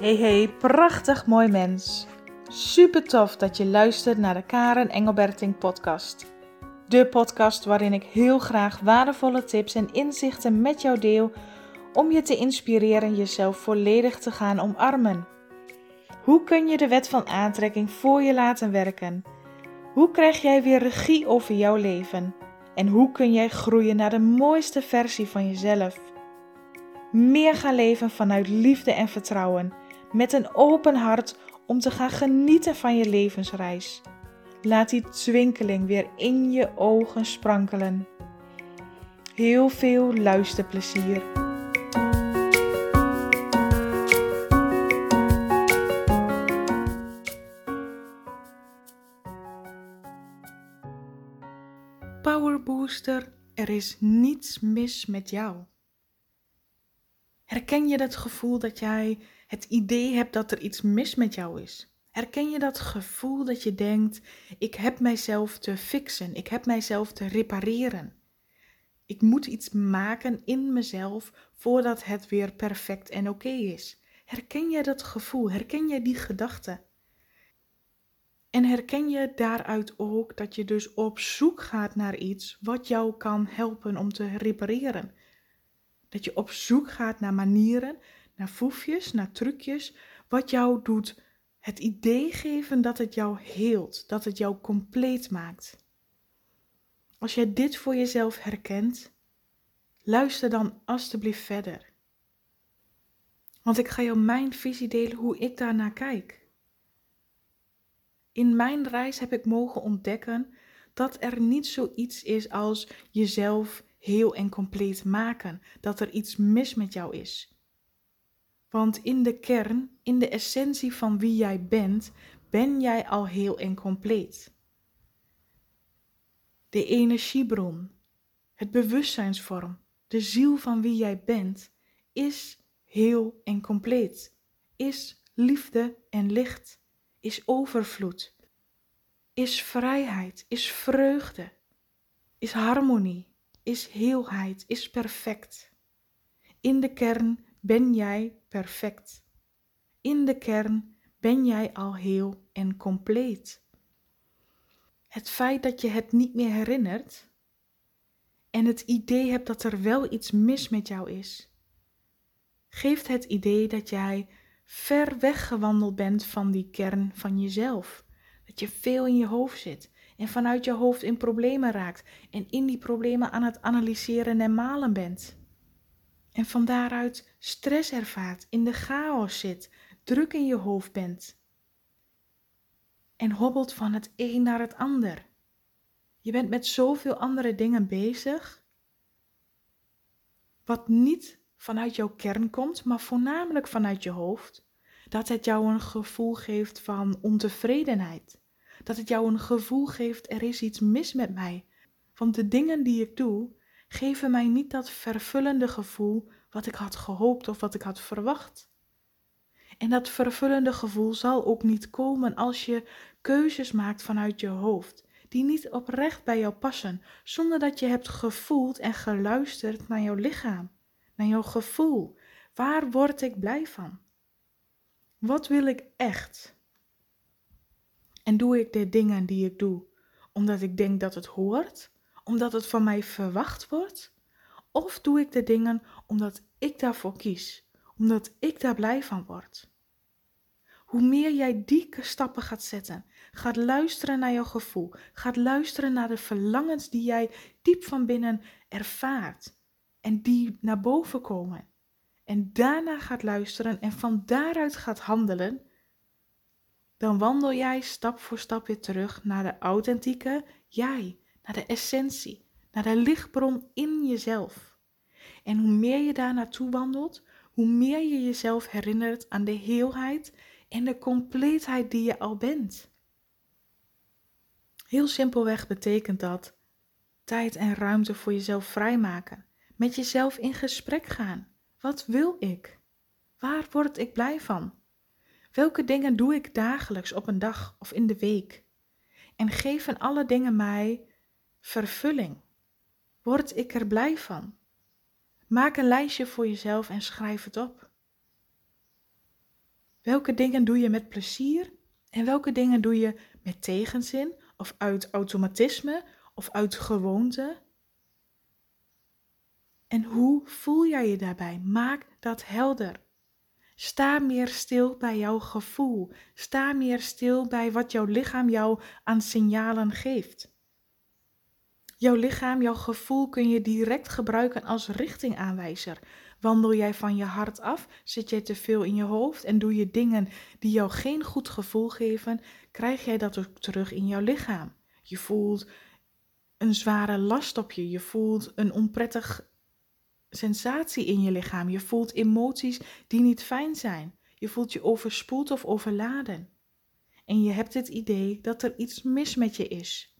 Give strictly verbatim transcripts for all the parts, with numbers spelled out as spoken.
Hey hey, prachtig mooi mens. Super tof dat je luistert naar de Karen Engelberting podcast. De podcast waarin ik heel graag waardevolle tips en inzichten met jou deel om je te inspireren jezelf volledig te gaan omarmen. Hoe kun je de wet van aantrekking voor je laten werken? Hoe krijg jij weer regie over jouw leven? En hoe kun jij groeien naar de mooiste versie van jezelf? Meer gaan leven vanuit liefde en vertrouwen, met een open hart om te gaan genieten van je levensreis. Laat die twinkeling weer in je ogen sprankelen. Heel veel luisterplezier. Powerbooster, er is niets mis met jou. Herken je dat gevoel dat jij het idee hebt dat er iets mis met jou is? Herken je dat gevoel dat je denkt, ik heb mijzelf te fixen, ik heb mijzelf te repareren. Ik moet iets maken in mezelf voordat het weer perfect en oké is. Herken je dat gevoel? Herken je die gedachte? En herken je daaruit ook dat je dus op zoek gaat naar iets wat jou kan helpen om te repareren? Dat je op zoek gaat naar manieren, naar foefjes, naar trucjes, wat jou doet het idee geven dat het jou heelt, dat het jou compleet maakt. Als jij dit voor jezelf herkent, luister dan alstublieft verder. Want ik ga jou mijn visie delen hoe ik daarnaar kijk. In mijn reis heb ik mogen ontdekken dat er niet zoiets is als jezelf heel en compleet maken, dat er iets mis met jou is. Want in de kern, in de essentie van wie jij bent, ben jij al heel en compleet. De energiebron, het bewustzijnsvorm, de ziel van wie jij bent, is heel en compleet. Is liefde en licht, is overvloed, is vrijheid, is vreugde, is harmonie. Is heelheid, is perfect. In de kern ben jij perfect. In de kern ben jij al heel en compleet. Het feit dat je het niet meer herinnert en het idee hebt dat er wel iets mis met jou is, geeft het idee dat jij ver weggewandeld bent van die kern van jezelf. Dat je veel in je hoofd zit. En vanuit je hoofd in problemen raakt. En in die problemen aan het analyseren en malen bent. En van daaruit stress ervaart, in de chaos zit, druk in je hoofd bent. En hobbelt van het een naar het ander. Je bent met zoveel andere dingen bezig. Wat niet vanuit jouw kern komt, maar voornamelijk vanuit je hoofd. Dat het jou een gevoel geeft van ontevredenheid. Dat het jou een gevoel geeft, er is iets mis met mij. Want de dingen die ik doe, geven mij niet dat vervullende gevoel wat ik had gehoopt of wat ik had verwacht. En dat vervullende gevoel zal ook niet komen als je keuzes maakt vanuit je hoofd, die niet oprecht bij jou passen, zonder dat je hebt gevoeld en geluisterd naar jouw lichaam, naar jouw gevoel. Waar word ik blij van? Wat wil ik echt? En doe ik de dingen die ik doe omdat ik denk dat het hoort, omdat het van mij verwacht wordt? Of doe ik de dingen omdat ik daarvoor kies, omdat ik daar blij van word? Hoe meer jij die stappen gaat zetten, gaat luisteren naar jouw gevoel, gaat luisteren naar de verlangens die jij diep van binnen ervaart en die naar boven komen. En daarna gaat luisteren en van daaruit gaat handelen, dan wandel jij stap voor stap weer terug naar de authentieke jij, naar de essentie, naar de lichtbron in jezelf. En hoe meer je daar naartoe wandelt, hoe meer je jezelf herinnert aan de heelheid en de compleetheid die je al bent. Heel simpelweg betekent dat tijd en ruimte voor jezelf vrijmaken, met jezelf in gesprek gaan. Wat wil ik? Waar word ik blij van? Welke dingen doe ik dagelijks op een dag of in de week? En geven alle dingen mij vervulling? Word ik er blij van? Maak een lijstje voor jezelf en schrijf het op. Welke dingen doe je met plezier en welke dingen doe je met tegenzin of uit automatisme of uit gewoonte? En hoe voel jij je daarbij? Maak dat helder. Sta meer stil bij jouw gevoel. Sta meer stil bij wat jouw lichaam jou aan signalen geeft. Jouw lichaam, jouw gevoel kun je direct gebruiken als richtingaanwijzer. Wandel jij van je hart af, zit jij te veel in je hoofd en doe je dingen die jou geen goed gevoel geven, krijg jij dat ook terug in jouw lichaam. Je voelt een zware last op je, je voelt een onprettig sensatie in je lichaam, je voelt emoties die niet fijn zijn. Je voelt je overspoeld of overladen. En je hebt het idee dat er iets mis met je is.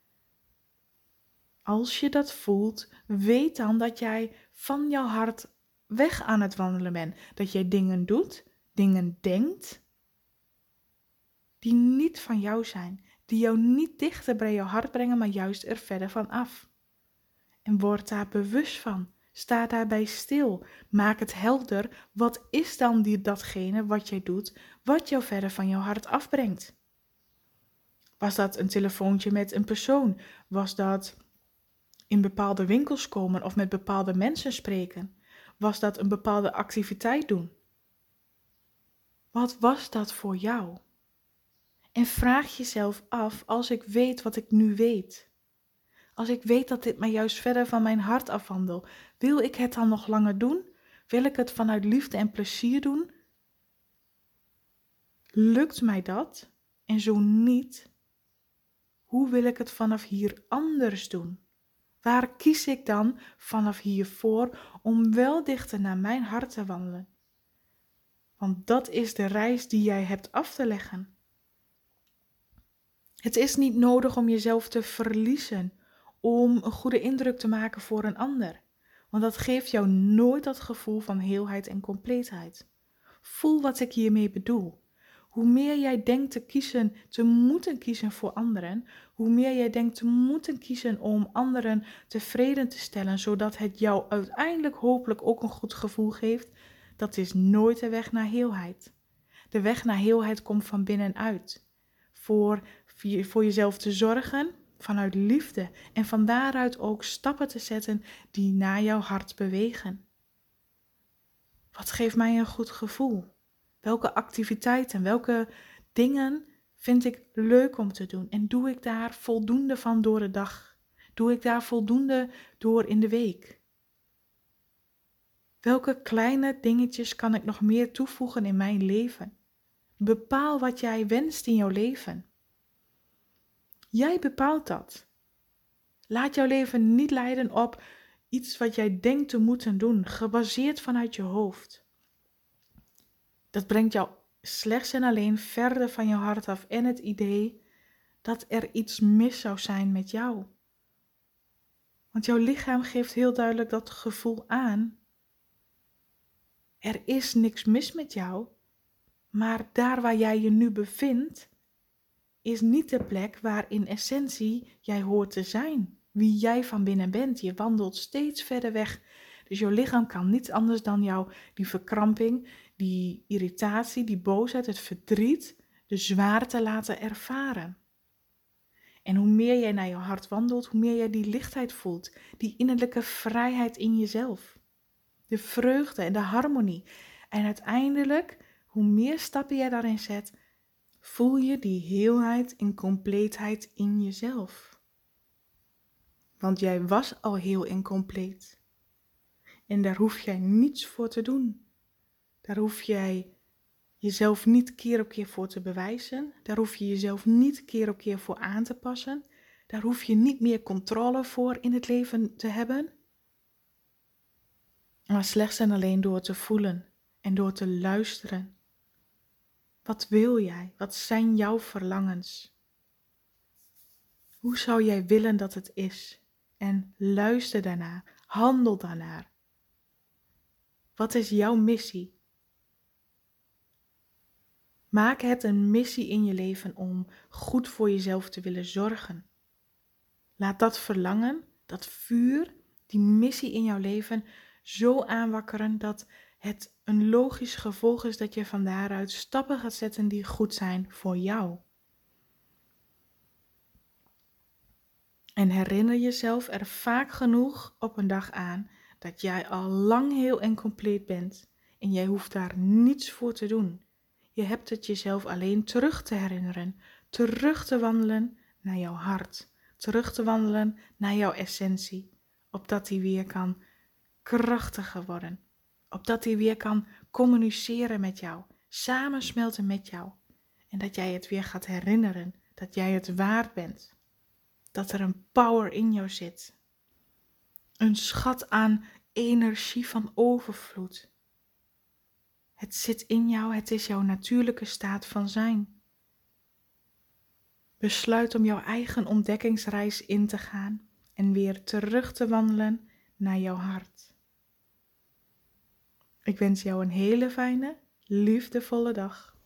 Als je dat voelt, weet dan dat jij van jouw hart weg aan het wandelen bent. Dat jij dingen doet, dingen denkt, die niet van jou zijn. Die jou niet dichter bij jouw hart brengen, maar juist er verder van af. En word daar bewust van. Sta daarbij stil. Maak het helder. Wat is dan die, datgene wat jij doet, wat jou verder van jouw hart afbrengt? Was dat een telefoontje met een persoon? Was dat in bepaalde winkels komen of met bepaalde mensen spreken? Was dat een bepaalde activiteit doen? Wat was dat voor jou? En vraag jezelf af, als ik weet wat ik nu weet, als ik weet dat dit mij juist verder van mijn hart afwandelt, wil ik het dan nog langer doen? Wil ik het vanuit liefde en plezier doen? Lukt mij dat? En zo niet, hoe wil ik het vanaf hier anders doen? Waar kies ik dan vanaf hier voor om wel dichter naar mijn hart te wandelen? Want dat is de reis die jij hebt af te leggen. Het is niet nodig om jezelf te verliezen, om een goede indruk te maken voor een ander. Want dat geeft jou nooit dat gevoel van heelheid en compleetheid. Voel wat ik hiermee bedoel. Hoe meer jij denkt te kiezen, te moeten kiezen voor anderen, hoe meer jij denkt te moeten kiezen om anderen tevreden te stellen, zodat het jou uiteindelijk hopelijk ook een goed gevoel geeft, dat is nooit de weg naar heelheid. De weg naar heelheid komt van binnenuit. Voor, voor jezelf te zorgen, vanuit liefde en van daaruit ook stappen te zetten die naar jouw hart bewegen. Wat geeft mij een goed gevoel? Welke activiteiten, welke dingen vind ik leuk om te doen? En doe ik daar voldoende van door de dag? Doe ik daar voldoende door in de week? Welke kleine dingetjes kan ik nog meer toevoegen in mijn leven? Bepaal wat jij wenst in jouw leven. Jij bepaalt dat. Laat jouw leven niet leiden op iets wat jij denkt te moeten doen, gebaseerd vanuit je hoofd. Dat brengt jou slechts en alleen verder van jouw hart af en het idee dat er iets mis zou zijn met jou. Want jouw lichaam geeft heel duidelijk dat gevoel aan. Er is niks mis met jou, maar daar waar jij je nu bevindt, is niet de plek waar in essentie jij hoort te zijn. Wie jij van binnen bent. Je wandelt steeds verder weg. Dus jouw lichaam kan niets anders dan jou die verkramping, die irritatie, die boosheid, het verdriet, de zwaarte laten ervaren. En hoe meer jij naar jouw hart wandelt, hoe meer jij die lichtheid voelt. Die innerlijke vrijheid in jezelf. De vreugde en de harmonie. En uiteindelijk, hoe meer stappen jij daarin zet, voel je die heelheid en compleetheid in jezelf. Want jij was al heel en compleet. En daar hoef jij niets voor te doen. Daar hoef jij jezelf niet keer op keer voor te bewijzen. Daar hoef je jezelf niet keer op keer voor aan te passen. Daar hoef je niet meer controle voor in het leven te hebben. Maar slechts en alleen door te voelen en door te luisteren. Wat wil jij? Wat zijn jouw verlangens? Hoe zou jij willen dat het is? En luister daarnaar, handel daarnaar. Wat is jouw missie? Maak het een missie in je leven om goed voor jezelf te willen zorgen. Laat dat verlangen, dat vuur, die missie in jouw leven zo aanwakkeren dat het een logisch gevolg is dat je van daaruit stappen gaat zetten die goed zijn voor jou. En herinner jezelf er vaak genoeg op een dag aan dat jij al lang heel en compleet bent en jij hoeft daar niets voor te doen. Je hebt het jezelf alleen terug te herinneren, terug te wandelen naar jouw hart, terug te wandelen naar jouw essentie, opdat die weer kan krachtiger worden, opdat die weer kan communiceren met jou, samensmelten met jou en dat jij het weer gaat herinneren, dat jij het waard bent. Dat er een power in jou zit. Een schat aan energie van overvloed. Het zit in jou, het is jouw natuurlijke staat van zijn. Besluit om jouw eigen ontdekkingsreis in te gaan en weer terug te wandelen naar jouw hart. Ik wens jou een hele fijne, liefdevolle dag.